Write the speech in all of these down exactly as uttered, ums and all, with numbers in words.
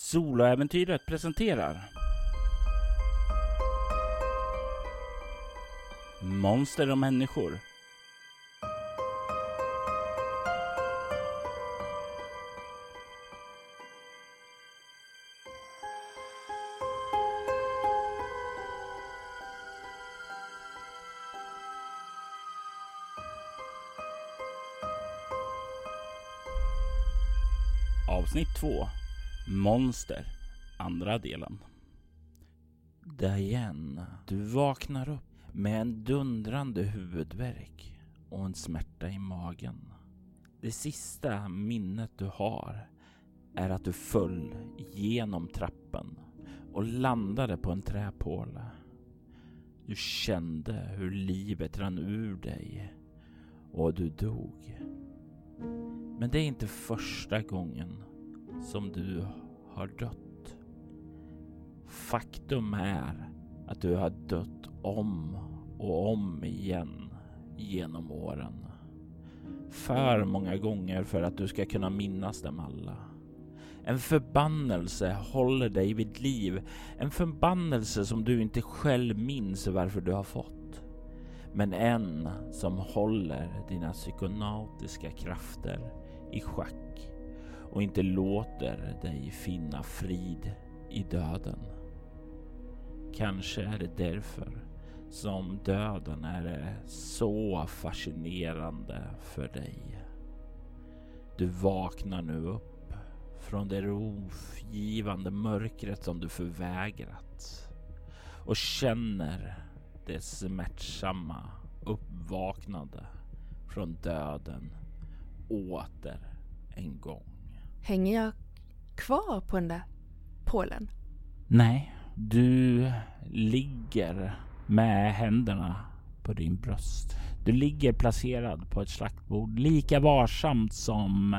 Soloäventyret presenterar Monster och människor. Avsnitt två. Monster. Andra delen. Diane, du vaknar upp med en dundrande huvudvärk och en smärta i magen. Det sista minnet du har är att du föll genom trappen och landade på en träpåle. Du kände hur livet rann ur dig och du dog. Men det är inte första gången som du har dött. Faktum är att du har dött om och om igen genom åren. För många gånger för att du ska kunna minnas dem alla. En förbannelse håller dig vid liv. En förbannelse som du inte själv minns varför du har fått. Men en som håller dina psykonautiska krafter i schack och inte låter dig finna frid i döden. Kanske är det därför som döden är så fascinerande för dig. Du vaknar nu upp från det rofgivande mörkret som du förvägrats och känner det smärtsamma uppvaknande från döden åter en gång. Hänger jag kvar på den där pålen? Nej, du ligger med händerna på din bröst. Du ligger placerad på ett slaktbord lika varsamt som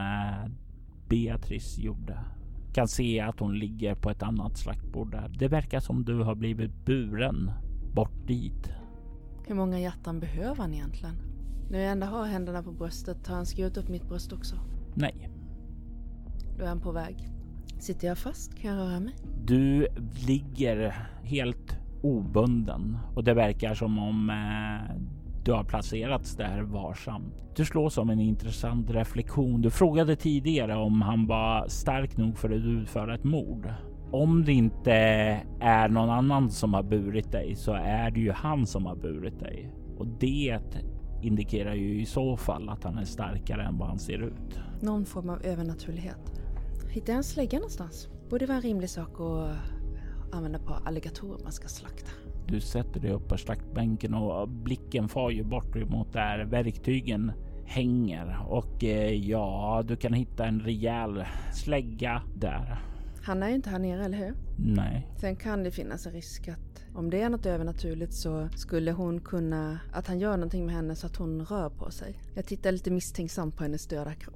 Beatrice gjorde. Kan se att hon ligger på ett annat slaktbord där. Det verkar som du har blivit buren bort dit. Hur många hjärtan behöver han egentligen? När jag ändå har händerna på bröstet, har han skurit upp mitt bröst också? Nej. Då är han på väg. Sitter jag fast? Kan jag röra mig? Du ligger helt obunden och det verkar som om eh, du har placerats där varsamt. Du slår som en intressant reflektion. Du frågade tidigare om han var stark nog för att utföra ett mord. Om det inte är någon annan som har burit dig så är det ju han som har burit dig. Och det indikerar ju i så fall att han är starkare än vad han ser ut. Någon form av övernaturlighet. Hittar jag en slägga någonstans? Borde vara en rimlig sak att använda på alligatorer man ska slakta. Du sätter dig upp på slaktbänken och blicken far ju bort mot där verktygen hänger. Och eh, ja, du kan hitta en rejäl slägga där. Han är ju inte här nere, eller hur? Nej. Sen kan det finnas en risk att om det är något övernaturligt så skulle hon kunna, att han gör någonting med henne så att hon rör på sig. Jag tittar lite misstänksamt på hennes döda kropp.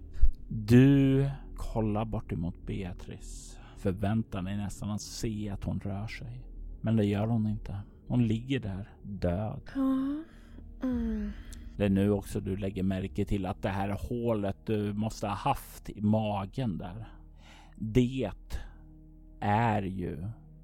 Du kollar bort emot Beatrice. Förväntar dig nästan att se att hon rör sig. Men det gör hon inte. Hon ligger där, död. Ja. Mm. Det är nu också du lägger märke till att det här hålet du måste ha haft i magen där. Det är ju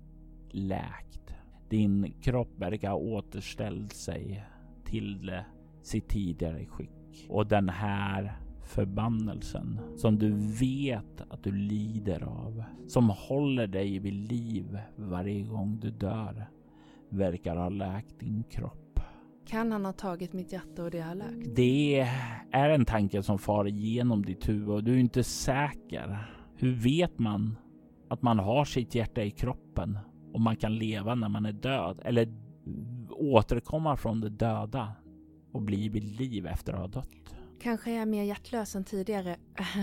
läkt. Din kropp verkar ha återställt sig till sitt tidigare skick. Och den här förbannelsen som du vet att du lider av, som håller dig vid liv varje gång du dör, verkar ha läkt din kropp. Kan han ha tagit mitt hjärta och det har läkt? Det är en tanke som far igenom ditt huvud och du är inte säker. Hur vet man att man har sitt hjärta i kroppen och man kan leva när man är död eller återkomma från det döda och bli vid liv efter att ha dött? Kanske är jag mer hjärtlös än tidigare.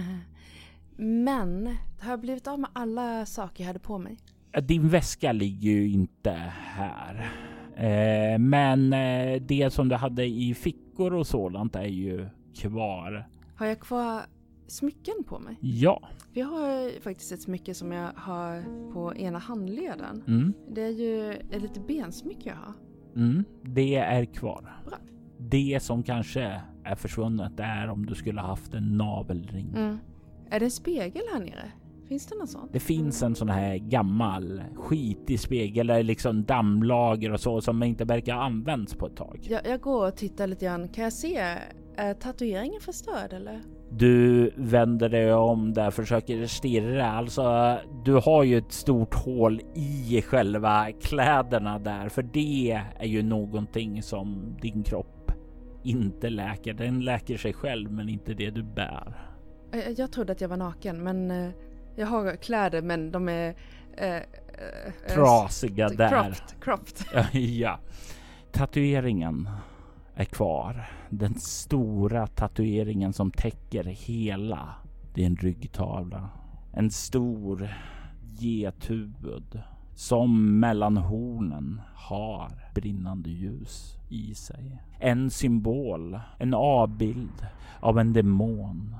Men har jag blivit av med alla saker jag hade på mig? Din väska ligger ju inte här. Eh, men eh, det som du hade i fickor och sådant är ju kvar. Har jag kvar smycken på mig? Ja. Vi har faktiskt ett smycke som jag har på ena handleden. Mm. Det är ju ett litet bensmycke jag har. Mm, det är kvar. Bra. Det som kanske är försvunnet är om du skulle ha haft en navelring. Mm. Är det en spegel här nere? Finns det något sånt? Det finns en sån här gammal skitig spegel eller liksom dammlager och så som inte verkar ha använts på ett tag. Jag, jag går och tittar lite grann. Kan jag se, är tatueringen förstörd eller? Du vänder dig om där, försöker stirra. Alltså, du har ju ett stort hål i själva kläderna där. För det är ju någonting som din kropp inte läker. Den läker sig själv, men inte det du bär. Jag, jag trodde att jag var naken, men uh, jag har kläder, men de är... Uh, uh, trasiga uh, där. Cropped. cropped. Ja. Tatueringen är kvar. Den stora tatueringen som täcker hela din ryggtavla. En stor gethuvud som mellan hornen har brinnande ljus i sig. En symbol, en avbild av en demon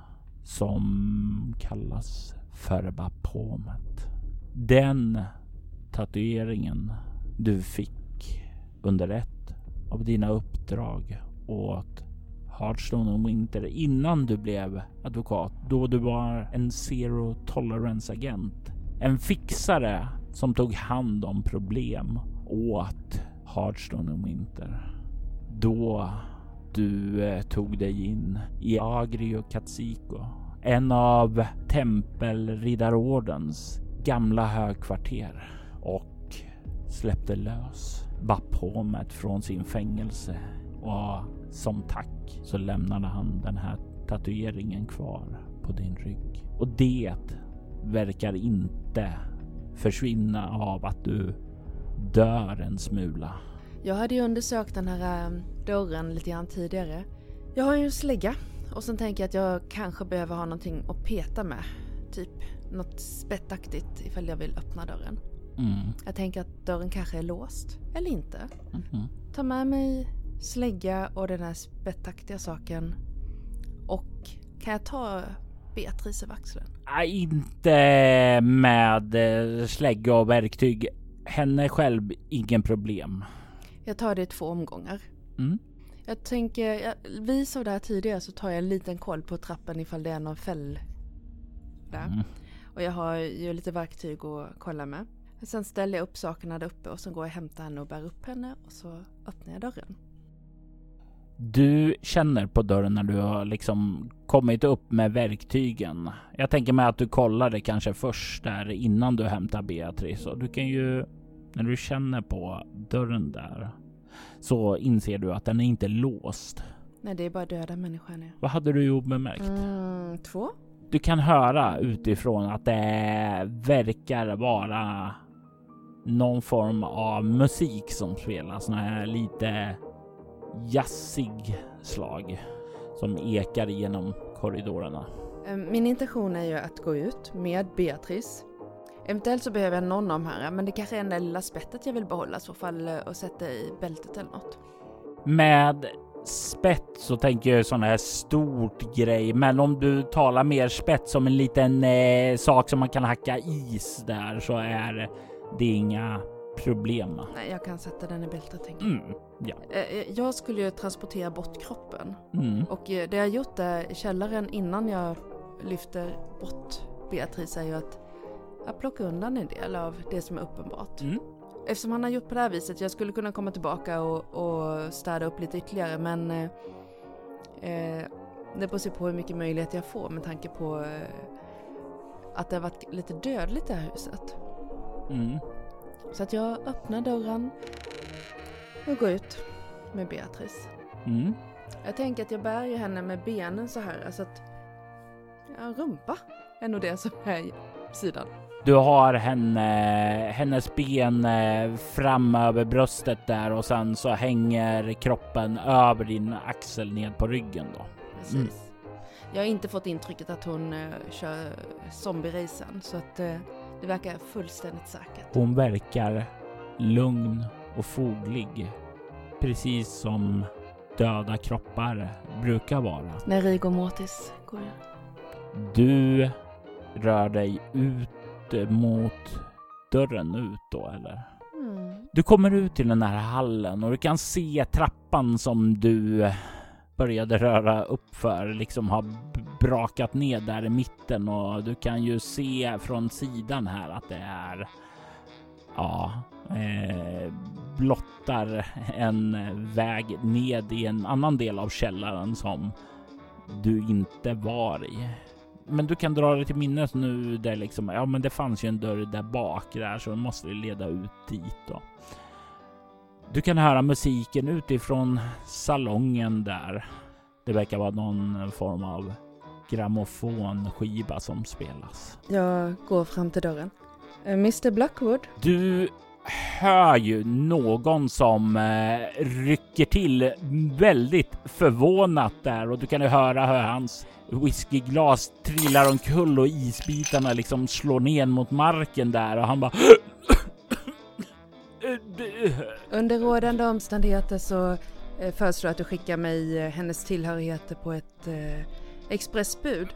som kallas för Baphomet. Den tatueringen du fick under ett av dina uppdrag åt Hearthstone och Winter innan du blev advokat, då du var en zero tolerance agent, en fixare som tog hand om problem åt Hearthstone och Winter. Då du eh, tog dig in i Agrio Katsiko, en av tempelriddarordens gamla högkvarter, och släppte lös Baphomet från sin fängelse, och som tack så lämnade han den här tatueringen kvar på din rygg. Och det verkar inte försvinna av att du dör en smula. Jag hade ju undersökt den här äh, dörren lite grann tidigare. Jag har ju en slägga och sen tänker jag att jag kanske behöver ha någonting att peta med. Typ något spettaktigt ifall jag vill öppna dörren. Mm. Jag tänker att dörren kanske är låst eller inte. Mm-hmm. Ta med mig slägga och den här spettaktiga saken. Och kan jag ta Beatrice över axeln? Nej, inte med slägga och verktyg. Henne själv, ingen problem. Jag tar det i två omgångar. Mm. Jag tänker, jag, vis av det här tidigare så tar jag en liten koll på trappen ifall det är någon fäll där. Mm. Och jag har ju lite verktyg att kolla med. Sen ställer jag upp sakerna där uppe och så går jag och hämtar henne och bär upp henne och så öppnar jag dörren. Du känner på dörren när du har liksom kommit upp med verktygen. Jag tänker mig att du kollar det kanske först där innan du hämtar Beatrice. Och du kan ju, när du känner på dörren där, så inser du att den är inte låst. Nej, det är bara döda människor nu. Vad hade du gjort bemärkt? Mm, två. Du kan höra utifrån att det verkar vara någon form av musik som spelas. Sån här lite jazzig slag som ekar genom korridorerna. Min intention är ju att gå ut med Beatrice. Eventuellt så behöver jag någon av de här, men det kanske är den där lilla spettet jag vill behålla så fall och sätta i bältet eller något. Med spett så tänker jag sån här stort grej, men om du talar mer spett som en liten eh, sak som man kan hacka is där, så är det inga problem. Nej, jag kan sätta den i bältet, tänker jag. Mm, ja. Jag skulle ju transportera bort kroppen. Mm. Och det jag gjort där i källaren innan jag lyfter bort Beatrice är ju att jag plockar undan en del av det som är uppenbart. Mm. Eftersom han har gjort på det här viset, jag skulle kunna komma tillbaka och, och städa upp lite ytterligare, men eh, det beror på hur mycket möjlighet jag får med tanke på eh, att det har varit lite dödligt det här huset. Mm. Så att jag öppnar dörren och går ut med Beatrice. Mm. Jag tänker att jag bär ju henne med benen så här, alltså att ja, rumpa är nog det som är sidan. Du har henne, hennes ben fram över bröstet där och sen så hänger kroppen över din axel ned på ryggen då. Precis. Mm. Jag har inte fått intrycket att hon uh, kör zombie-racen, så att uh, det verkar fullständigt säkert. Hon verkar lugn och foglig, precis som döda kroppar brukar vara. När rigor mortis går jag. Du rör dig ut mot dörren ut då, eller? Mm. Du kommer ut till den här hallen och du kan se trappan som du började röra upp för liksom har brakat ner där i mitten och du kan ju se från sidan här att det är ja, eh, blottar en väg ned i en annan del av källaren som du inte var i. Men du kan dra det till minnet nu där liksom, ja men det fanns ju en dörr där bak där så måste vi leda ut dit då. Du kan höra musiken utifrån salongen där. Det verkar vara någon form av grammofonskiva som spelas. Jag går fram till dörren. mister Blackwood? Du hör ju någon som eh, rycker till väldigt förvånat där och du kan ju höra hur hans whiskyglas trillar omkull och isbitarna liksom slår ner mot marken där och han bara under rådande omständigheter så eh, föreslår att du skickar mig eh, hennes tillhörigheter på ett eh, expressbud.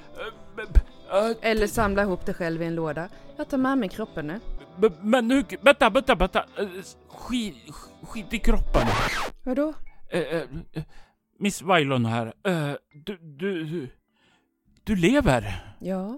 Eller samla ihop det själv i en låda. Jag tar med mig kroppen nu. Men nu, vänta, vänta, vänta. Skit, skit i kroppen. Vadå? Uh, uh, Miss Vylon här. Uh, du, du, du, du lever. Ja.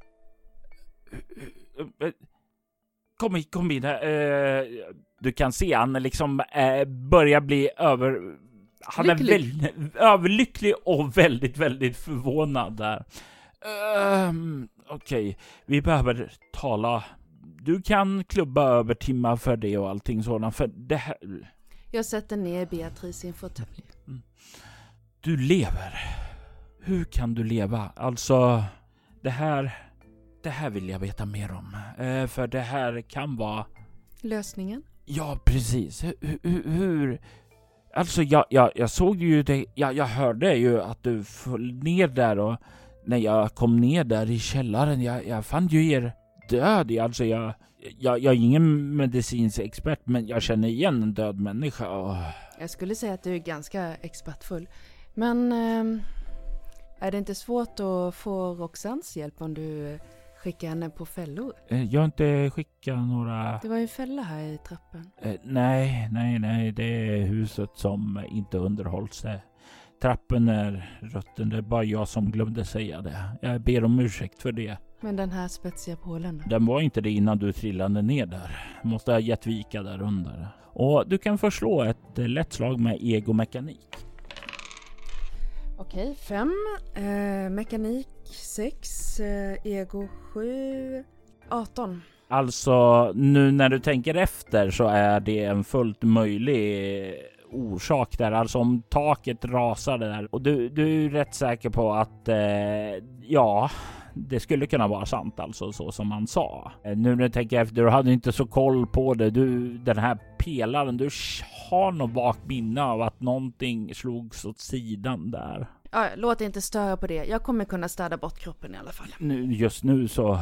Uh, uh, kom hit, kom hit. Uh, du kan se han liksom uh, börjar bli över... Han lycklig. är väldigt överlycklig och väldigt, väldigt förvånad där. Uh, Okej, okay. Vi behöver tala... Du kan klubba över timmar för det och allting sådant. För det här... Jag sätter ner Beatrice i en fåtölj. Mm. Du lever. Hur kan du leva? Alltså, det här... Det här vill jag veta mer om. Eh, för det här kan vara... Lösningen? Ja, precis. Hur... hur... Alltså, jag, jag, jag såg ju det... Jag, jag hörde ju att du föll ner där och... När jag kom ner där i källaren, jag, jag fann ju er... död. Alltså jag, jag, jag är ingen medicinsk expert men jag känner igen en död människa. Och... Jag skulle säga att du är ganska expertfull. Men eh, är det inte svårt att få Roxans hjälp om du skickar henne på fällor? Jag har inte skickat några... Det var ju en fälla här i trappen. Eh, nej, nej, nej. Det är huset som inte underhålls. Trappen är rötten. Det är bara jag som glömde säga det. Jag ber om ursäkt för det. Men den här spetsiga pålen? Den var inte det innan du trillade ner där. Måste ha gett vika där under. Och du kan förslå ett lätt slag med egomekanik. Okej, fem. Eh, mekanik sex. Eh, ego sju. arton. Alltså, nu när du tänker efter så är det en fullt möjlig orsak där. Alltså om taket rasade där. Och du, du är rätt säker på att eh, ja... Det skulle kunna vara sant alltså, så som man sa. Nu när jag tänker efter, du hade inte så koll på det. Du, den här pelaren, du har något vagt minne av att någonting slogs åt sidan där. Ja, låt inte störa på det. Jag kommer kunna städa bort kroppen i alla fall. Nu, just nu så...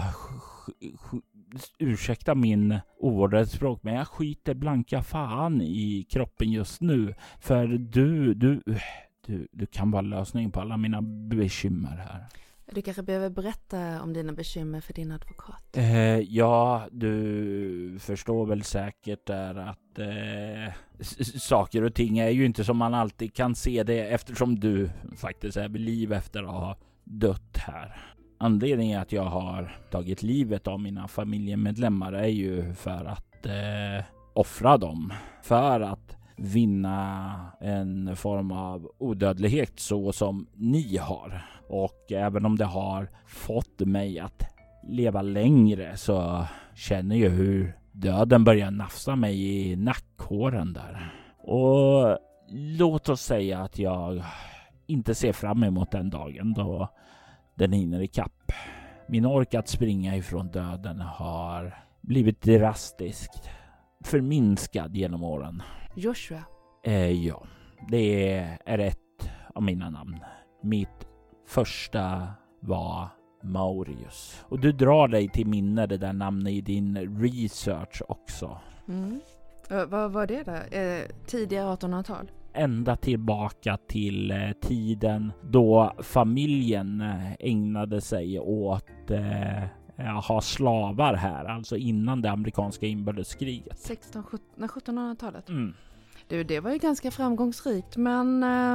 Ursäkta min oordnade språk, men jag skiter blanka fan i kroppen just nu. För du, du, du, du kan vara lösning på alla mina bekymmer här. Du kanske behöver berätta om dina bekymmer för din advokat. Eh, ja, du förstår väl säkert där att eh, s- saker och ting är ju inte som man alltid kan se det eftersom du faktiskt är vid liv efter att ha dött här. Anledningen att jag har tagit livet av mina familjemedlemmar är ju för att eh, offra dem. För att vinna en form av odödlighet så som ni har. Och även om det har fått mig att leva längre så känner jag hur döden börjar nafsa mig i nackhåren där. Och låt oss säga att jag inte ser fram emot den dagen då den hinner i kapp. Min ork att springa ifrån döden har blivit drastiskt förminskad genom åren. Joshua? Eh, ja, det är ett av mina namn. Mitt första var Maurius. Och du drar dig till minne det där namnet i din research också. Mm. Uh, vad var det där? Uh, tidigare artonhundratal? Ända tillbaka till eh, tiden då familjen eh, ägnade sig åt eh, ha slavar här. Alltså innan det amerikanska inbördeskriget. sexton sjuttonhundratalet? Mm. Du, det var ju ganska framgångsrikt. Men uh,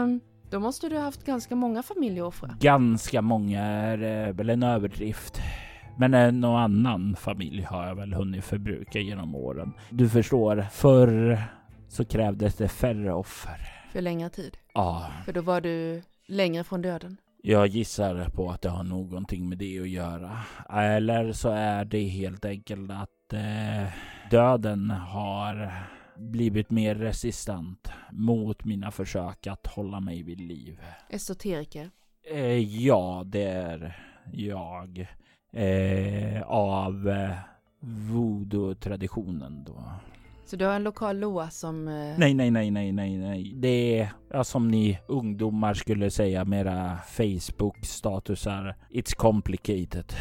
Då måste du ha haft ganska många familjeoffra. Ganska många är eh, väl en överdrift. Men en och annan familj har jag väl hunnit förbruka genom åren. Du förstår, förr så krävdes det färre offer. För längre tid? Ja. För då var du längre från döden? Jag gissar på att det har någonting med det att göra. Eller så är det helt enkelt att eh, döden har blivit mer resistent mot mina försök att hålla mig vid liv. Esoteriker? Eh, ja, det är jag. Eh, av eh, voodoo-traditionen då. Så du har en lokal loa som... Eh... Nej, nej, nej, nej, nej, nej. Det är ja, som ni ungdomar skulle säga mera Facebook-statusar. It's complicated.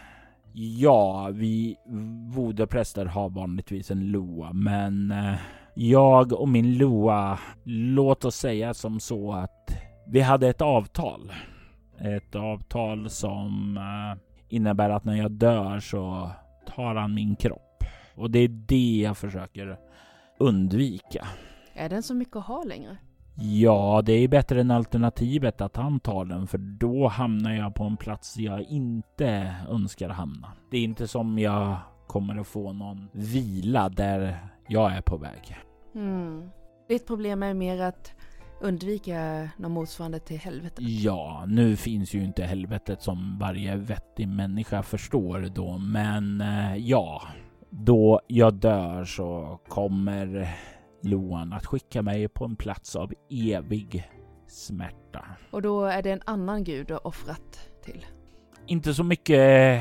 Ja, vi voodoo-präster har vanligtvis en loa, men eh, jag och min loa, låt oss säga som så att vi hade ett avtal. Ett avtal som eh, innebär att när jag dör så tar han min kropp. Och det är det jag försöker undvika. Är den så mycket att ha längre? Ja, det är bättre än alternativet att han tar den. För då hamnar jag på en plats jag inte önskar hamna. Det är inte som jag kommer att få någon vila där jag är på väg. Mm. Ditt problem är mer att undvika någon motsvarande till helvetet. Ja, nu finns ju inte helvetet som varje vettig människa förstår då. Men eh, ja, då jag dör så kommer Loan att skicka mig på en plats av evig smärta. Och då är det en annan gud du har offrat till? Inte så mycket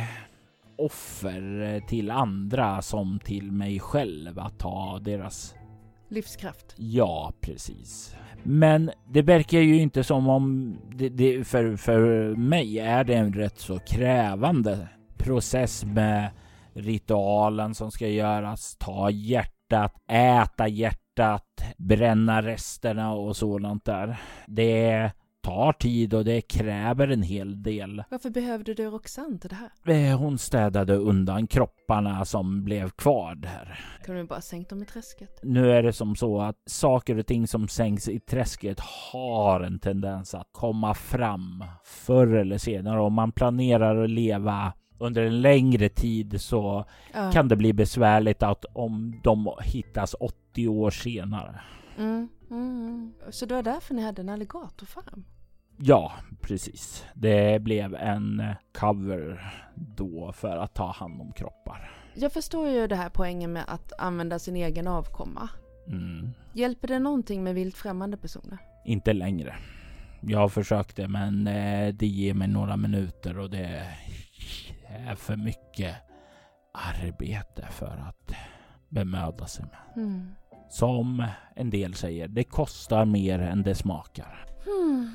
offer till andra som till mig själv att ta deras livskraft. Ja, precis. Men det verkar ju inte som om det, det, för, för mig är det en rätt så krävande process med ritualen som ska göras. Ta hjärtat, äta hjärtat, bränna resterna och sådant där. Det tar tid och det kräver en hel del. Varför behövde du Roxanne till det här? Hon städade undan kropparna som blev kvar där. Kan du bara sänka dem i träsket? Nu är det som så att saker och ting som sänks i träsket har en tendens att komma fram förr eller senare. Om man planerar att leva under en längre tid så ja. Kan det bli besvärligt att om de hittas åttio år senare. Mm, mm. Så det var därför ni hade en alligatorfarm? Ja, precis. Det blev en cover då för att ta hand om kroppar. Jag förstår ju det här poängen med att använda sin egen avkomma. Mm. Hjälper det någonting med vilt främmande personer? Inte längre. Jag försökte men det ger mig några minuter och det är för mycket arbete för att bemöda sig med. Mm. Som en del säger, det kostar mer än det smakar. Mm.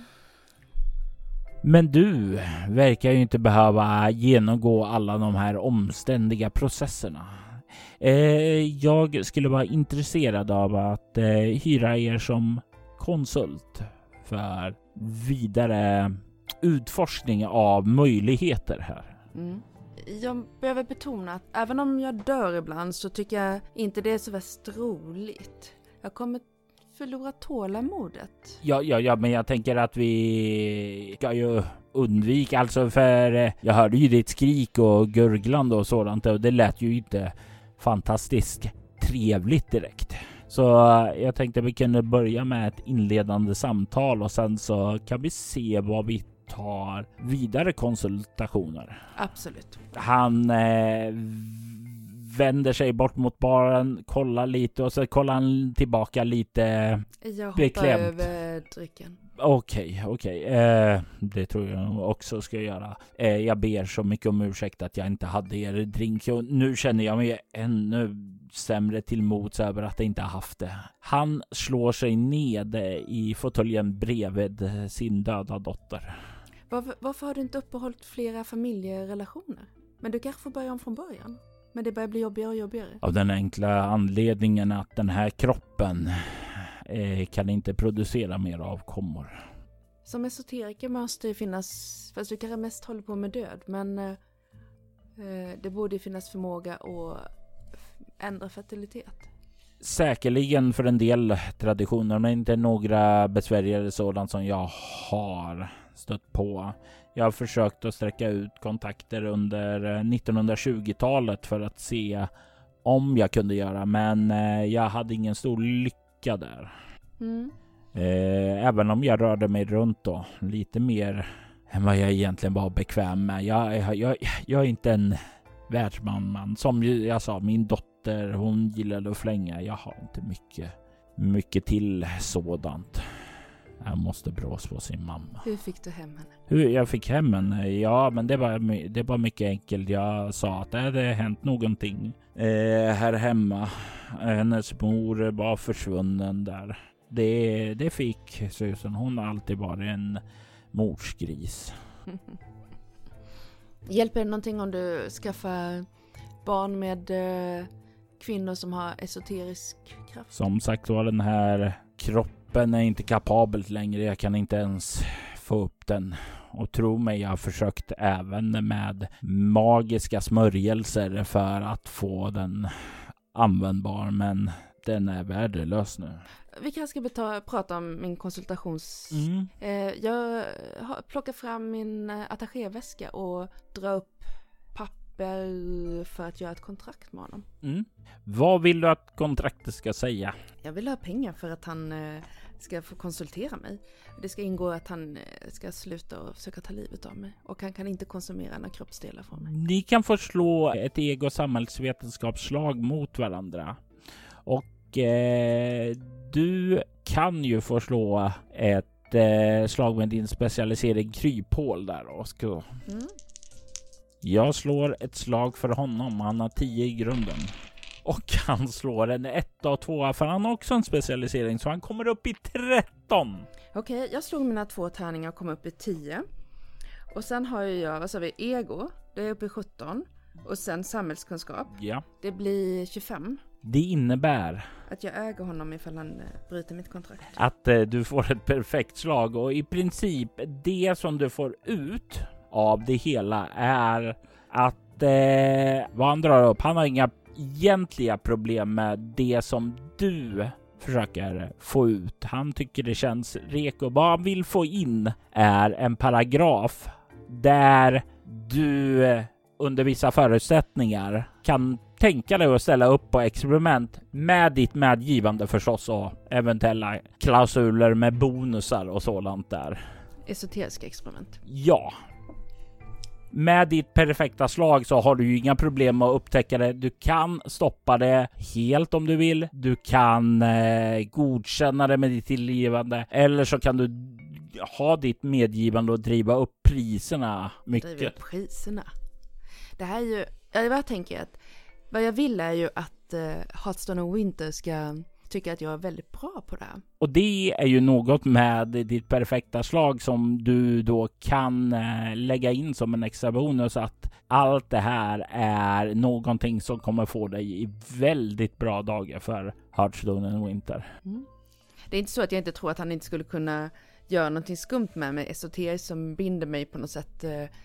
Men du verkar ju inte behöva genomgå alla de här omständiga processerna. Eh, jag skulle vara intresserad av att eh, hyra er som konsult för vidare utforskning av möjligheter här. Mm. Jag behöver betona att även om jag dör ibland så tycker jag inte det är så värst roligt. Jag kommer förlora tålamodet. Ja, ja, ja, men jag tänker att vi ska ju undvika, alltså för jag hörde ju ditt skrik och gurglande och sådant och det lät ju inte fantastiskt trevligt direkt. Så jag tänkte att vi kunde börja med ett inledande samtal och sen så kan vi se vad vi tar vidare konsultationer. Absolut. Han eh, vänder sig bort mot baren, kollar lite och så kollar han tillbaka lite jag beklämt. Jag hoppar över drycken. Okej, okay, okej. Okay. Eh, det tror jag också ska göra. Eh, jag ber så mycket om ursäkt att jag inte hade er drink. Och nu känner jag mig ännu sämre till mots över att jag inte har haft det. Han slår sig ned i fåtöljen bredvid sin döda dotter. Varför, varför har du inte uppehållit flera familjerelationer? Men du kanske får börja om från början. Men det börjar bli jobbigare och jobbigare. Av den enkla anledningen att den här kroppen eh, kan inte producera mer avkommor. Som esoteriker måste det finnas, fast du kanske mest håller på med död, men eh, det borde finnas förmåga att ändra fertilitet. säkerligen för en del traditioner, men inte några besvärjare sådant som jag har stött på. Jag har försökt att sträcka ut kontakter under nittonhundratjugotalet för att se om jag kunde göra, men jag hade ingen stor lycka där. Mm. Eh, även om jag rörde mig runt då lite mer än vad jag egentligen var bekväm med. Jag, jag, jag, jag är inte en världsman, man. Som jag sa, min dotter, hon gillade att flänga. Jag har inte mycket, mycket till sådant. Jag måste brås på sin mamma. Hur fick du hem henne? Hur jag fick hem henne? Ja, men det var, det var mycket enkelt. Jag sa att det hade hänt någonting eh, här hemma. Hennes mor var försvunnen där. Det, det fick Susan. Hon har alltid varit en morsgris. Hjälper det någonting om du skaffar barn med eh, kvinnor som har esoterisk kraft? Som sagt var, den här kroppen är inte kapabel längre. Jag kan inte ens få upp den. Och tro mig, jag har försökt även med magiska smörjelser för att få den användbar. Men den är värdelös nu. Vi kanske ska beta- prata om min konsultations... Mm. Eh, jag har plockat fram min attachéväska och drar upp papper för att göra ett kontrakt med honom. Mm. Vad vill du att kontraktet ska säga? Jag vill ha pengar för att han eh, ska få konsultera mig. Det ska ingå att han eh, ska sluta och försöka ta livet av mig. Och han kan inte konsumera några kroppsdelar från mig. Ni kan få slå ett ego- och samhällsvetenskapsslag mot varandra. Och eh, du kan ju få slå ett eh, slag med din specialisering kryphål där, Oskar. Mm. Jag slår ett slag för honom. Han har tio i grunden. Och han slår en ett och två, för han har också en specialisering, så han kommer upp i tretton. Okej, okay, jag slog mina två tärningar och kom upp i tio. Och sen har jag, vad sa vi, ego. Det är uppe i sjutton. Och sen samhällskunskap. Ja. Det blir tjugofem. Det innebär att jag äger honom ifall han bryter mitt kontrakt. Att eh, du får ett perfekt slag. Och i princip det som du får ut av det hela är att eh, vad han drar upp, han har inga egentliga problem med det som du försöker få ut. Han tycker det känns reko. Vad han vill få in är en paragraf där du under vissa förutsättningar kan tänka dig att ställa upp på experiment med ditt medgivande förstås, och eventuella klausuler med bonusar och sådant där. Esoteriska experiment. Ja. Med ditt perfekta slag så har du ju inga problem att upptäcka det. Du kan stoppa det helt om du vill. Du kan eh, godkänna det med ditt tillgivande. Eller så kan du ha ditt medgivande och driva upp priserna mycket. Driva upp priserna. Det här är ju, jag tänker att vad jag vill är ju att uh, Hearthstone och Winter ska tycka att jag är väldigt bra på det här. Och det är ju något med ditt perfekta slag som du då kan uh, lägga in som en extra bonus, att allt det här är någonting som kommer få dig i väldigt bra dagar för Hearthstone och Winter. Mm. Det är inte så att jag inte tror att han inte skulle kunna göra någonting skumt med mig, esoteriskt som binder mig på något sätt.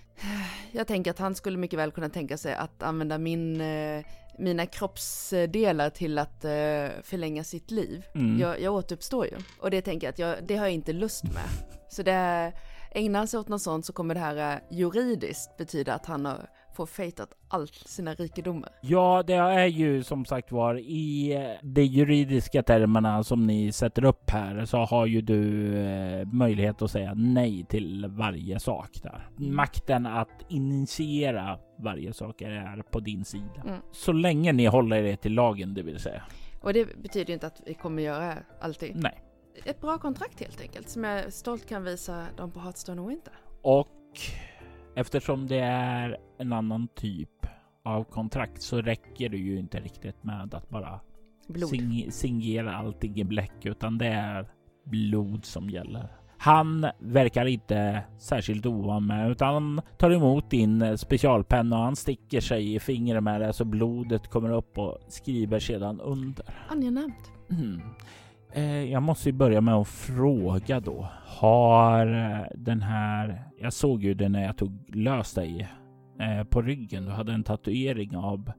Jag tänker att han skulle mycket väl kunna tänka sig att använda min, mina kroppsdelar till att förlänga sitt liv. Mm. Jag, jag återuppstår ju. Och det tänker jag att jag, det har jag inte lust med. Så det, ägnar han sig åt något sånt så kommer det här juridiskt betyda att han har får fejtat allt sina rikedomar. Ja, det är ju som sagt var i de juridiska termerna som ni sätter upp här, så har ju du eh, möjlighet att säga nej till varje sak där. Mm. Makten att initiera varje sak är på din sida. Mm. Så länge ni håller er till lagen, det vill säga. Och det betyder ju inte att vi kommer göra alltid. Nej. Ett bra kontrakt helt enkelt, som jag stolt kan visa dem på Hearthstone och Winter. Och eftersom det är en annan typ av kontrakt så räcker det ju inte riktigt med att bara sing- signera allting i bläck, utan det är blod som gäller. Han verkar inte särskilt ovan med, utan han tar emot din specialpenna och han sticker sig i fingret med det så blodet kommer upp och skriver sedan under. Angenämt. Mm. Jag måste ju börja med att fråga då. Har den här... Jag såg ju det när jag tog lös dig eh, på ryggen. Du hade en tatuering av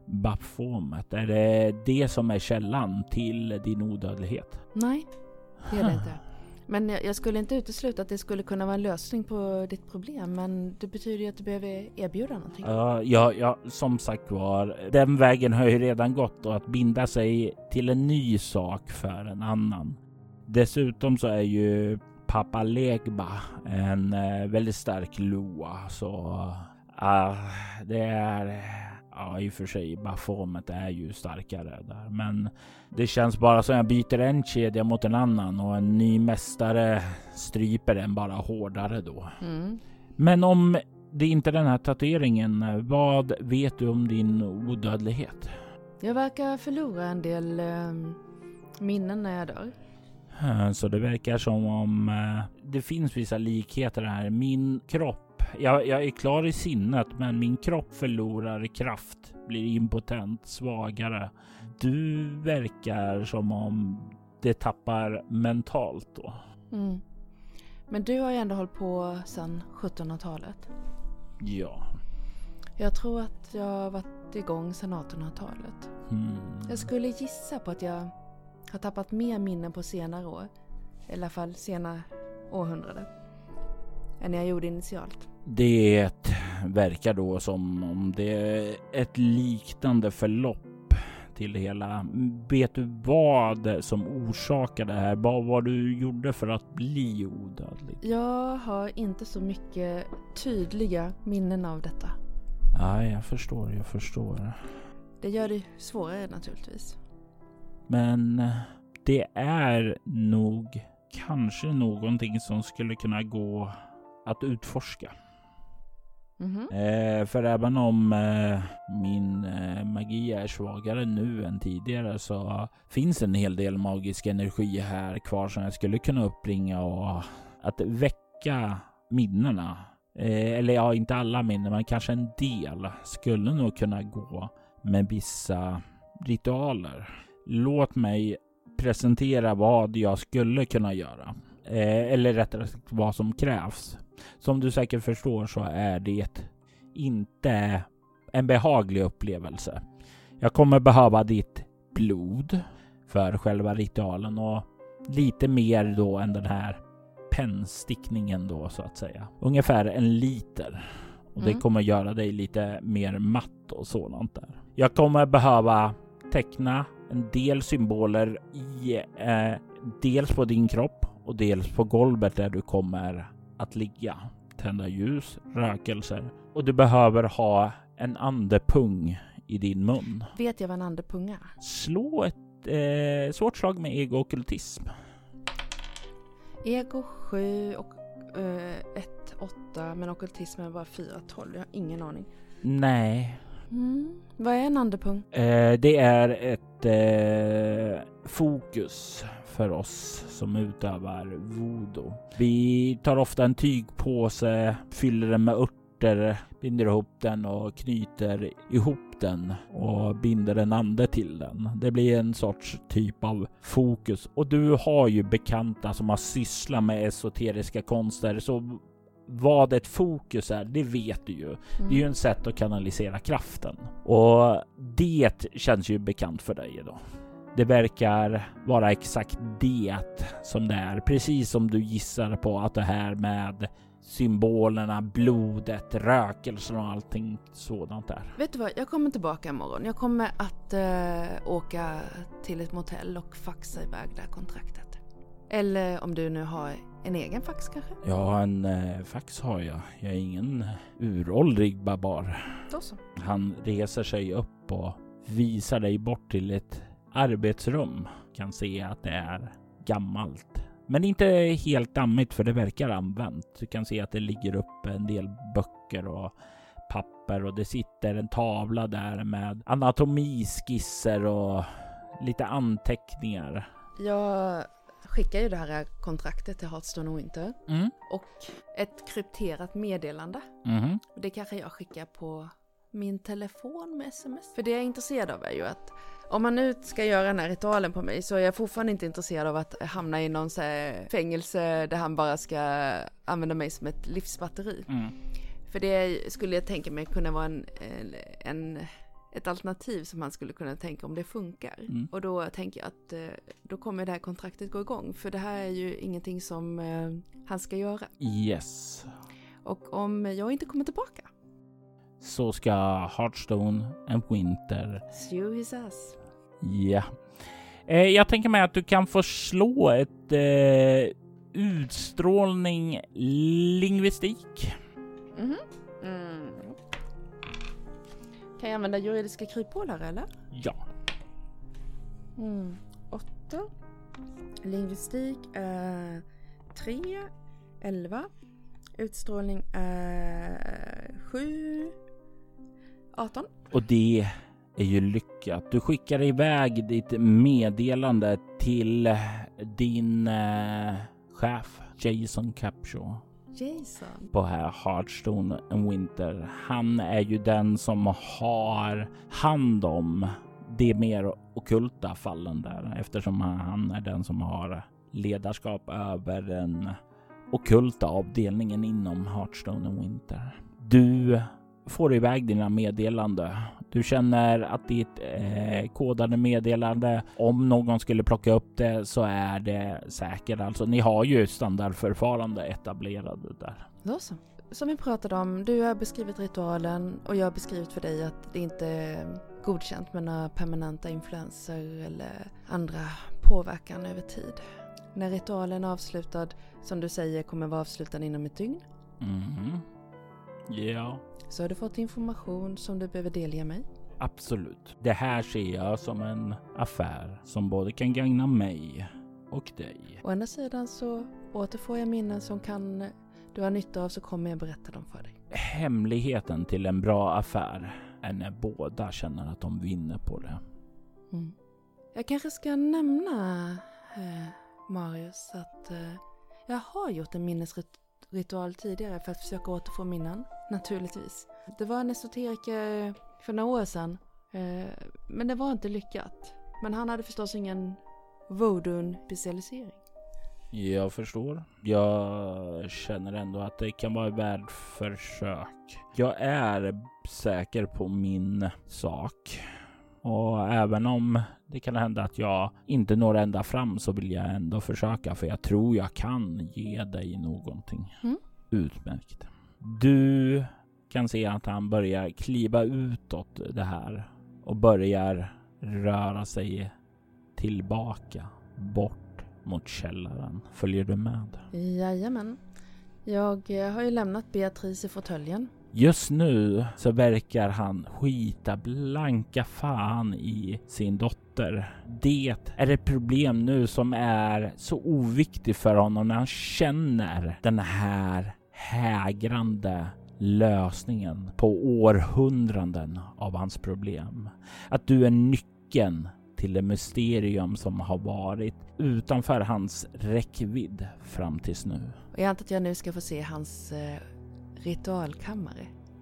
Baphomet, är det det som är källan till din odödlighet? Nej, det är det inte. Men jag, jag skulle inte utesluta att det skulle kunna vara en lösning på ditt problem. Men det betyder ju att du behöver erbjuda någonting. Uh, ja, ja, som sagt var, den vägen har ju redan gått, och att binda sig till en ny sak för en annan. Dessutom så är ju Papa Legba en uh, väldigt stark loa, så uh, det är... Ja, i och för sig, Baphomet är ju starkare där. Men det känns bara som jag byter en kedja mot en annan, och en ny mästare stryper den bara hårdare då. Mm. Men om det inte är den här tatueringen, vad vet du om din odödlighet? Jag verkar förlora en del eh, minnen när jag dör. Så det verkar som om eh, det finns vissa likheter här. Min kropp, Jag, jag är klar i sinnet, men min kropp förlorar kraft, blir impotent, svagare. Du verkar som om det tappar mentalt då. Mm. Men du har ju ändå hållit på sedan sjuttonhundratalet. Ja. Jag tror att jag har varit igång sedan artonhundratalet. Mm. Jag skulle gissa på att jag har tappat mer minnen på senare år. I alla fall sena århundrade. Än jag gjorde initialt. Det verkar då som om det är ett liknande förlopp till det hela. Vet du vad som orsakade det här? Vad var du gjorde för att bli odödlig? Jag har inte så mycket tydliga minnen av detta. Ja, jag förstår, jag förstår. Det gör det svårare naturligtvis. Men det är nog kanske någonting som skulle kunna gå att utforska. Mm-hmm. Eh, för även om eh, min eh, magi är svagare nu än tidigare, så finns en hel del magisk energi här kvar som jag skulle kunna uppbringa, och att väcka minnena. Eh, eller ja, inte alla minnen, men kanske en del skulle nog kunna gå med vissa ritualer. Låt mig presentera vad jag skulle kunna göra. Eh, eller rättare sagt vad som krävs. Som du säkert förstår så är det inte en behaglig upplevelse. Jag kommer behöva ditt blod för själva ritualen, och lite mer då än den här pennstickningen då, så att säga. Ungefär en liter. Och mm. det kommer göra dig lite mer matt och sådant där. Jag kommer behöva teckna en del symboler i eh, dels på din kropp och dels på golvet där du kommer att ligga. Tända ljus, rökelser. Och du behöver ha en andepung i din mun. Vet jag vad en andepung är? Slå ett eh, svårt slag med ego-okkultism. Ego sju och ett åtta, men okkultismen var fyra tolv. Jag har ingen aning. Nej. Mm. Vad är en andepung? Eh, det är ett eh, fokus för oss som utövar voodoo. Vi tar ofta en tygpåse, fyller den med örter, binder ihop den och knyter ihop den och binder en ande till den. Det blir en sorts typ av fokus. Och du har ju bekanta som har sysslat med esoteriska konster, så vad ett fokus är, det vet du ju. Mm. Det är ju en sätt att kanalisera kraften. Och det känns ju bekant för dig då. Det verkar vara exakt det som det är. Precis som du gissar på att det här med symbolerna, blodet, rökelsen och allting sådant där. Vet du vad, jag kommer tillbaka imorgon. Jag kommer att äh, åka till ett motell och faxa iväg det här kontraktet. Eller om du nu har en egen fax kanske? Ja, en eh, fax har jag. Jag är ingen uråldrig barbar. Då så. Han reser sig upp och visar dig bort till ett arbetsrum. Kan se att det är gammalt. Men inte helt dammigt, för det verkar använt. Du kan se att det ligger upp en del böcker och papper, och det sitter en tavla där med anatomiskisser och lite anteckningar. Jag skickar ju det här kontraktet till Hearthstone Winter mm. och ett krypterat meddelande. Mm. Det kanske jag skickar på min telefon med sms. För det jag är intresserad av är ju att om man nu ska göra den här ritualen på mig, så är jag fortfarande inte intresserad av att hamna i någon så här fängelse där han bara ska använda mig som ett livsbatteri. Mm. För det skulle jag tänka mig kunna vara en, en ett alternativ som man skulle kunna tänka om det funkar. Mm. Och då tänker jag att eh, då kommer det här kontraktet gå igång. För det här är ju ingenting som eh, han ska göra. Yes. Och om jag inte kommer tillbaka. Så ska Hearthstone and Winter. Sue his ass. Ja. Eh, jag tänker mig att du kan få slå ett eh, utstrålning lingvistik. Mhm. Mm. Kan jag använda juridiska kryphål här eller? Ja. Mm. Åtta. Lingvistik är tre. Elva. Utstrålning är sju. arton. Och det är ju lyckat. Du skickar iväg ditt meddelande till din eh, chef Jason Capshaw. Jason. På här Hearthstone and Winter. Han är ju den som har hand om de mer ockulta fallen där. Eftersom han är den som har ledarskap över den ockulta avdelningen inom Hearthstone and Winter. Du får iväg dina meddelande. Du känner att ditt eh, kodade meddelande, om någon skulle plocka upp det så är det säkert. Alltså ni har ju standardförfarande etablerade där. Då så. Som vi pratade om, du har beskrivit ritualen och jag har beskrivit för dig att det inte är godkänt med några permanenta influenser eller andra påverkan över tid. När ritualen är avslutad, som du säger, kommer vara avslutad inom ett dygn. Mhm. Ja. Så har du fått information som du behöver delge mig? Absolut. Det här ser jag som en affär som både kan gagna mig och dig. Å andra sidan så återfår jag minnen som kan du har nytta av, så kommer jag berätta dem för dig. Hemligheten till en bra affär är när båda känner att de vinner på det. Mm. Jag kanske ska nämna eh, Marius att eh, jag har gjort en minnesritual tidigare för att försöka återfå minnen, naturligtvis. Det var en esoteriker för några år sedan, eh, men det var inte lyckat. Men han hade förstås ingen voodoo-specialisering. Jag förstår. Jag känner ändå att det kan vara värd försök. Jag är säker på min sak. Och även om det kan hända att jag inte når ända fram så vill jag ändå försöka. För jag tror jag kan ge dig någonting. Mm. Utmärkt. Du kan se att han börjar kliva utåt det här. Och börjar röra sig tillbaka. Bort mot källaren. Följer du med? Jajamän. Jag har ju lämnat Beatrice i fåtöljen. Just nu så verkar han skita blanka fan i sin dotter. Det är ett problem nu som är så oviktigt för honom när han känner den här hägrande lösningen på århundraden av hans problem. Att du är nyckeln till det mysterium som har varit utanför hans räckvidd fram tills nu. Och jag antar att jag nu ska få se hans eh, ritualkammare.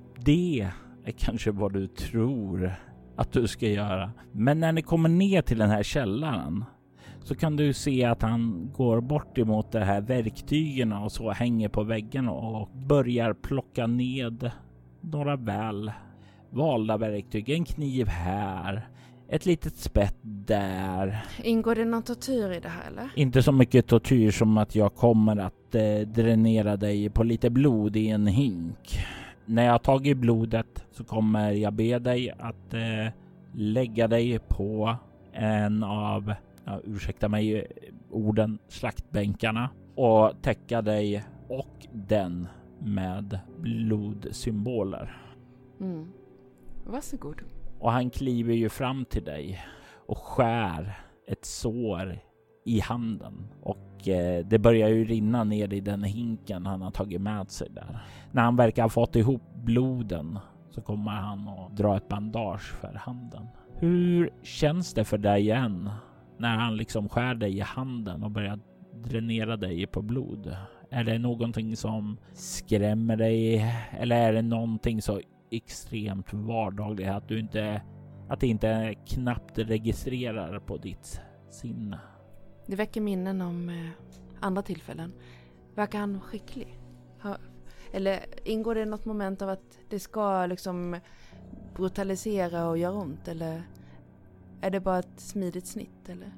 Det är kanske vad du tror att du ska göra. Men när ni kommer ner till den här källaren så kan du se att han går bort emot de här verktygen och så hänger på väggen och börjar plocka ned några väl valda verktyg. En kniv här. Ett litet spett där. Ingår det någon tortyr i det här eller? Inte så mycket tortyr som att jag kommer att eh, dränera dig på lite blod i en hink. När jag har tagit blodet så kommer jag be dig att eh, lägga dig på en av, ja, ursäkta mig orden, slaktbänkarna och täcka dig och den med blodsymboler. Mm. Varsågod. Och han kliver ju fram till dig och skär ett sår i handen. Och eh, det börjar ju rinna ner i den hinken han har tagit med sig där. När han verkar ha fått ihop bloden så kommer han att dra ett bandage för handen. Hur känns det för dig igen när han liksom skär dig i handen och börjar dränera dig på blod? Är det någonting som skrämmer dig eller är det någonting så extremt vardagligt att du inte att det inte knappt registrerar på ditt sinne? Det väcker minnen om eh, andra tillfällen. Verkar han skicklig? Ha, eller ingår det något moment av att det ska liksom brutalisera och göra ont, eller är det bara ett smidigt snitt, eller?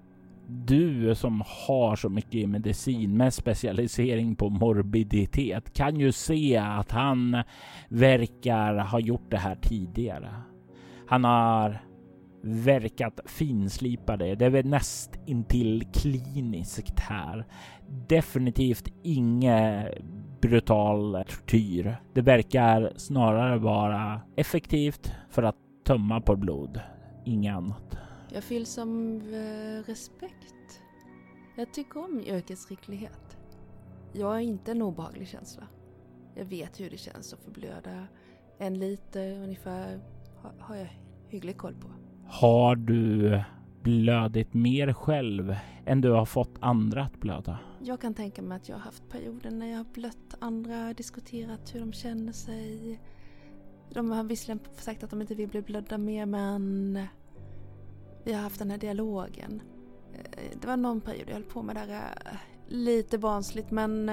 Du som har så mycket i medicin med specialisering på morbiditet kan ju se att han verkar ha gjort det här tidigare. Han har verkat finslipade. Det är väl näst intill kliniskt här. Definitivt ingen brutal tortyr. Det verkar snarare vara effektivt för att tömma på blod. Inget annat. Jag fylls som eh, respekt. Jag tycker om yrkesskicklighet. Jag är inte en obehaglig känsla. Jag vet hur det känns att förblöda. En liter ungefär har, har jag hygglig koll på. Har du blödit mer själv än du har fått andra att blöda? Jag kan tänka mig att jag har haft perioder när jag har blött andra, diskuterat hur de känner sig. De har visserligen sagt att de inte vill bli blödda mer, men vi har haft den här dialogen. Det var någon period jag höll på med där, lite barnsligt, men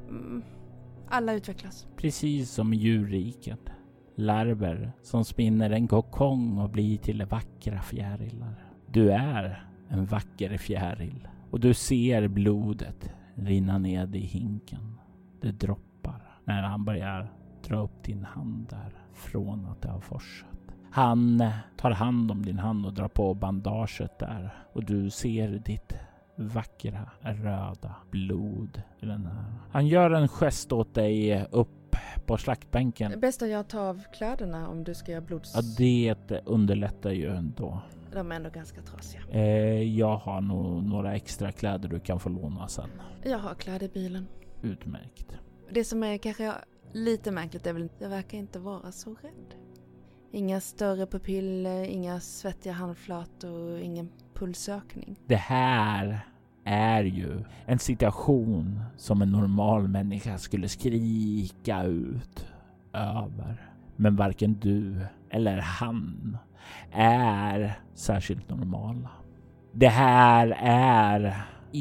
alla utvecklas. Precis som i djurriket. Larver som spinner en kokong och blir till vackra fjärilar. Du är en vacker fjäril och du ser blodet rinna ned i hinken. Det droppar när han börjar dra upp din hand där från att det har forsat. Han tar hand om din hand och drar på bandaget där och du ser ditt vackra röda blod i den här. Han gör en gest åt dig upp på slaktbänken. Det är bäst att jag tar av kläderna om du ska göra blods... Ja, det underlättar ju ändå. De är ändå ganska trasiga. Eh, jag har nog några extra kläder du kan få låna sen. Jag har kläder i bilen. Utmärkt. Det som är kanske lite märkligt är väl att jag verkar inte vara så rädd. Inga större pupiller, inga svettiga handflator, ingen pulsökning. Det här är ju en situation som en normal människa skulle skrika ut över. Men varken du eller han är särskilt normala. Det här är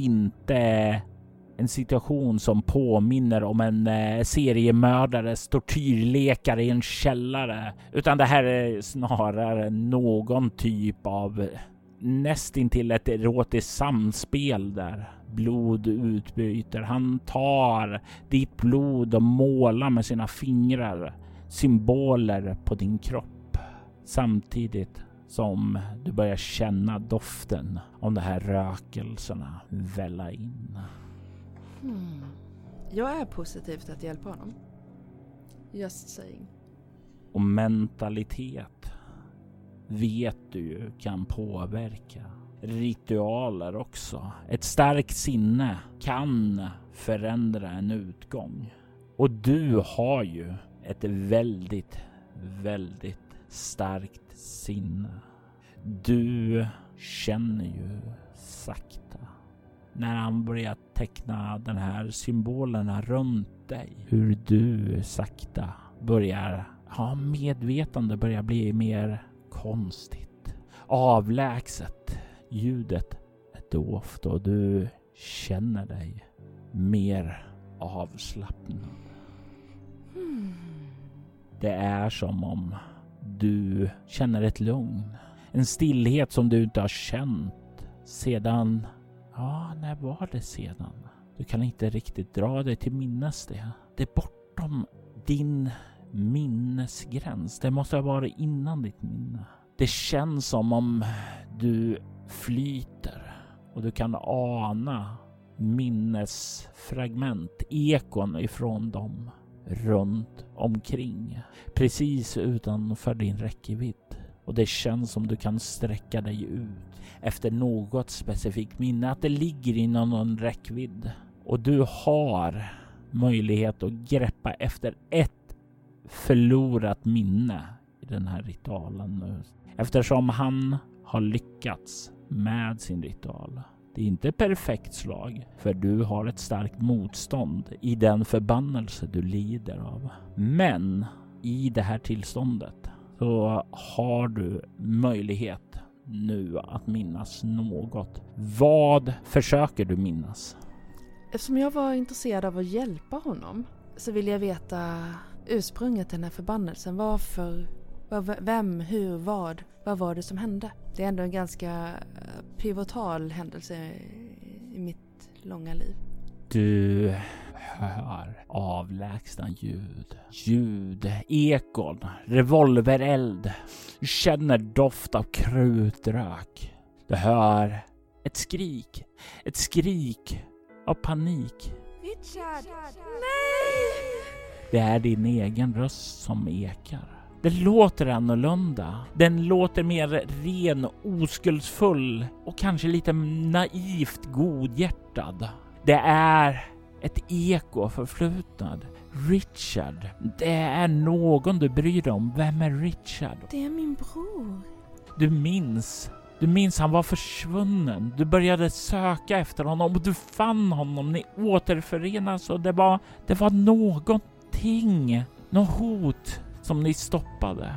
inte en situation som påminner om en eh, seriemördares tortyrlekare i en källare. Utan det här är snarare någon typ av nästintill ett erotiskt samspel där blod utbyter. Han tar ditt blod och målar med sina fingrar symboler på din kropp. Samtidigt som du börjar känna doften av de här rökelserna välla in. Hmm. Jag är positiv till att hjälpa honom. Just saying. Och mentalitet vet du ju kan påverka. Ritualer också. Ett starkt sinne kan förändra en utgång. Och du har ju ett väldigt, väldigt starkt sinne. Du känner ju sakta när han börjar teckna den här symbolerna runt dig. Hur du sakta börjar ha medvetande, börjar bli mer konstigt. Avlägset. Ljudet är dovt och du känner dig mer avslappnad. Hmm. Det är som om du känner ett lugn. En stillhet som du inte har känt sedan... Ja, när var det sedan? Du kan inte riktigt dra dig till minnes det. Det är bortom din minnesgräns. Det måste ha varit innan ditt minne. Det känns som om du flyter och du kan ana minnesfragment, ekon ifrån dem runt omkring. Precis utanför din räckvidd. Och det känns som du kan sträcka dig ut efter något specifikt minne. Att det ligger inom någon räckvidd. Och du har möjlighet att greppa efter ett förlorat minne i den här ritualen nu. Eftersom han har lyckats med sin ritual. Det är inte perfekt slag, för du har ett starkt motstånd i den förbannelse du lider av. Men i det här tillståndet så har du möjlighet nu att minnas något. Vad försöker du minnas? Eftersom jag var intresserad av att hjälpa honom så vill jag veta ursprunget till den här förbannelsen. Varför Vem, hur, vad? Vad var det som hände? Det är ändå en ganska pivotal händelse i mitt långa liv. Du hör avlägsna ljud. Ljud, ekon, revolvereld. Du känner doft av krutrök. Du hör ett skrik. Ett skrik av panik. Richard! Nej! Det är din egen röst som ekar. Det låter annorlunda. Den låter mer ren, oskuldsfull och kanske lite naivt godhjärtad. Det är ett eko förflutnad. Richard. Det är någon du bryr dig om. Vem är Richard? Det är min bror. Du minns. Du minns han var försvunnen. Du började söka efter honom och du fann honom. Ni återförenas och det var, det var någonting. Något hot som ni stoppade.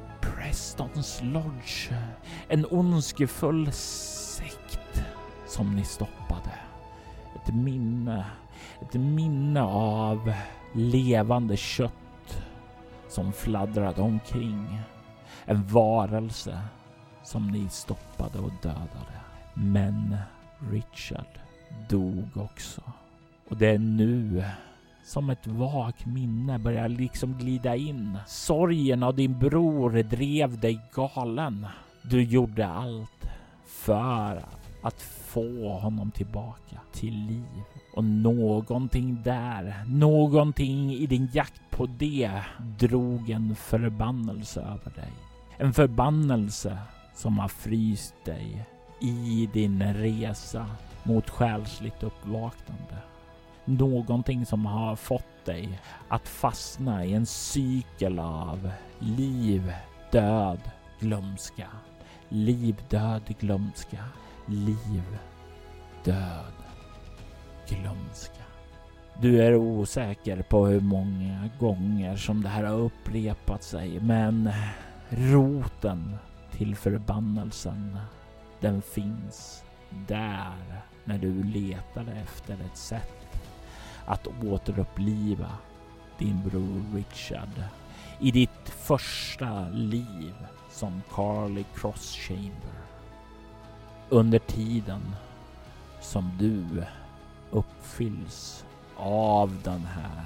Prestons Lodge. En ondskefull sekt som ni stoppade. Ett minne. Ett minne av levande kött som fladdrade omkring. En varelse som ni stoppade och dödade. Men Richard dog också. Och det är nu som ett vagt minne börjar liksom glida in. Sorgen av din bror drev dig galen. Du gjorde allt för att få honom tillbaka till liv. Och någonting där, någonting i din jakt på det drog en förbannelse över dig. En förbannelse som har fryst dig i din resa mot själsligt uppvaknande. Någonting som har fått dig att fastna i en cykel av liv, död, glömska. Liv, död, glömska. Liv, död, glömska. Du är osäker på hur många gånger som det här har upprepat sig, men roten till förbannelsen, den finns där när du letar efter ett sätt att återuppliva din bror Richard i ditt första liv som Carly Crosschamber. Under tiden som du uppfylls av den här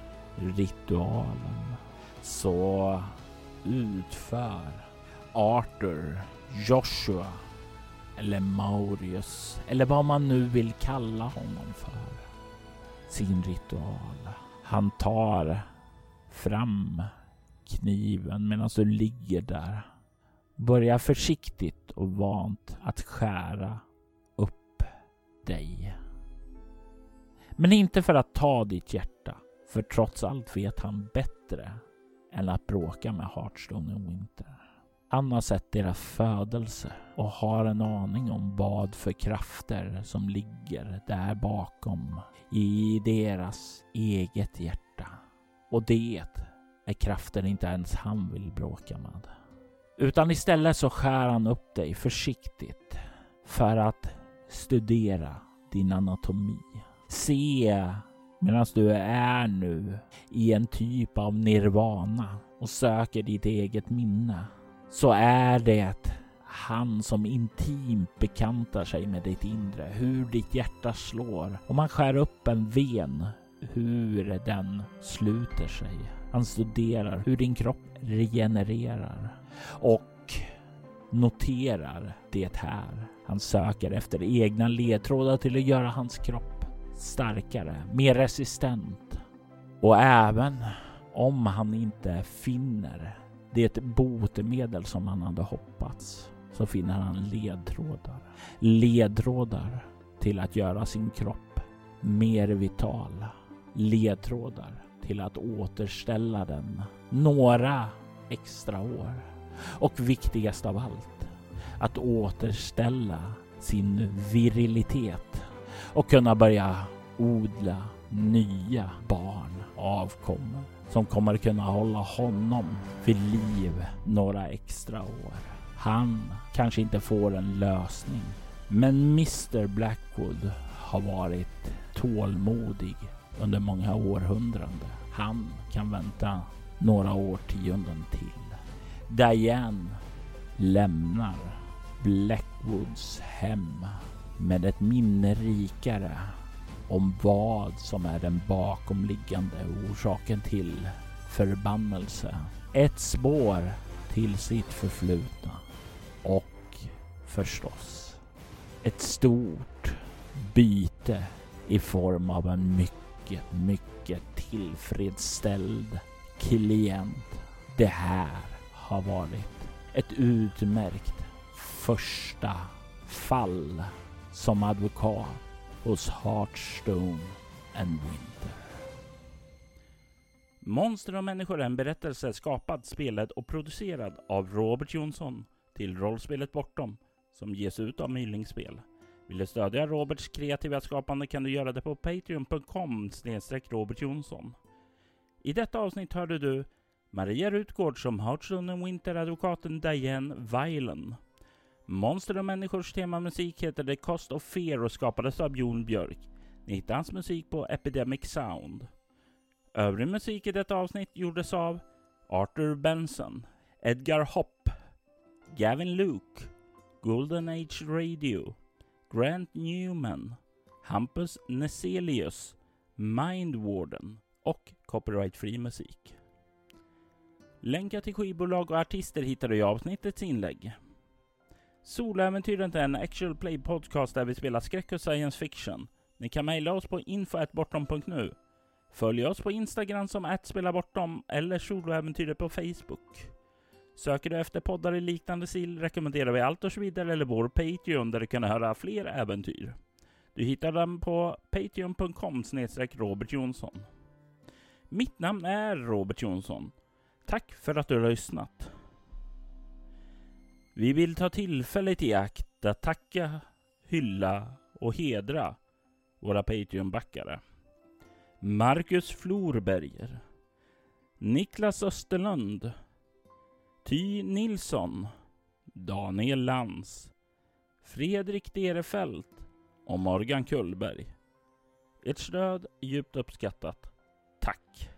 ritualen så utför Arthur, Joshua eller Maurius eller vad man nu vill kalla honom för sin ritual. Han tar fram kniven medan du ligger där. Börjar försiktigt och vant att skära upp dig. Men inte för att ta ditt hjärta. För trots allt vet han bättre än att bråka med Hearthstone och Winter. Han har sett deras födelse och har en aning om vad för krafter som ligger där bakom i deras eget hjärta. Och det är krafter inte ens han vill bråka med. Utan istället så skär han upp dig försiktigt för att studera din anatomi. Se medan du är nu i en typ av nirvana och söker ditt eget minne. Så är det han som intimt bekantar sig med ditt inre. Hur ditt hjärta slår. Om man skär upp en ven, hur den sluter sig. Han studerar hur din kropp regenererar. Och noterar det här. Han söker efter egna ledtrådar till att göra hans kropp starkare, mer resistent. Och även om han inte finner det botemedel som han hade hoppats, så finner han ledtrådar. Ledtrådar till att göra sin kropp mer vital. Ledtrådar till att återställa den några extra år. Och viktigast av allt, att återställa sin virilitet och kunna börja odla nya barn, avkommor som kommer kunna hålla honom vid liv några extra år. Han kanske inte får en lösning, men mister Blackwood har varit tålmodig under många århundraden. Han kan vänta några årtionden till. Diane lämnar Blackwoods hem med ett minne rikare om vad som är den bakomliggande orsaken till förbannelse. Ett spår till sitt förflutna och förstås ett stort byte i form av en mycket, mycket tillfredsställd klient. Det här har varit ett utmärkt första fall som advokat hos Hearthstone and Winter. Monster och människor är en berättelse skapad, spelad och producerad av Robert Jonsson till rollspelet Bortom som ges ut av Mylingspel. Vill du stödja Roberts kreativa skapande kan du göra det på patreon punkt com slash Robert Jonsson. I detta avsnitt hörde du Maria Rutgård som Hearthstone and Winter-advokaten Diane Weilen. Monster och människors temamusik heter The Cost of Fear och skapades av Jon Björk. Ni hittar hans musik på Epidemic Sound. Övrig musik i detta avsnitt gjordes av Arthur Benson, Edgar Hopp, Gavin Luke, Golden Age Radio, Grant Newman, Hampus Neselius, Mindwarden och copyright-free musik. Länkar till skivbolag och artister hittar du i avsnittets inlägg. Soläventyret är en actual play podcast där vi spelar skräck och science fiction. Ni kan mejla oss på info at bortom punkt nu. Följ oss på Instagram som att spela bortom eller Soläventyret på Facebook. Söker du efter poddar i liknande stil rekommenderar vi Allt och så vidare eller vår Patreon där du kan höra fler äventyr. Du hittar dem på patreon punkt com slash Robert Jonsson. Mitt namn är Robert Jonsson. Tack för att du har lyssnat. Vi vill ta tillfället i akt att tacka, hylla och hedra våra Patreon-backare. Marcus Florberger, Niklas Österlund, Ty Nilsson, Daniel Lans, Fredrik Derefelt och Morgan Kullberg. Ert stöd är djupt uppskattat. Tack!